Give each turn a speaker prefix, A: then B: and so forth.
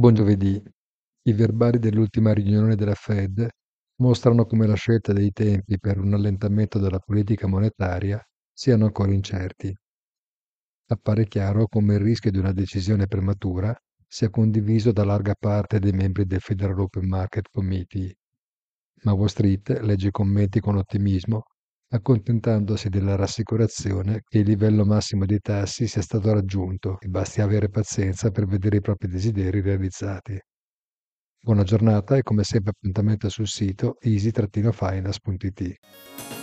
A: Buon giovedì. I verbali dell'ultima riunione della Fed mostrano come la scelta dei tempi per un allentamento della politica monetaria siano ancora incerti. Appare chiaro come il rischio di una decisione prematura sia condiviso da larga parte dei membri del Federal Open Market Committee, ma Wall Street legge i commenti con ottimismo, accontentandosi della rassicurazione che il livello massimo dei tassi sia stato raggiunto e basti avere pazienza per vedere i propri desideri realizzati. Buona giornata e come sempre appuntamento sul sito easy-finance.it.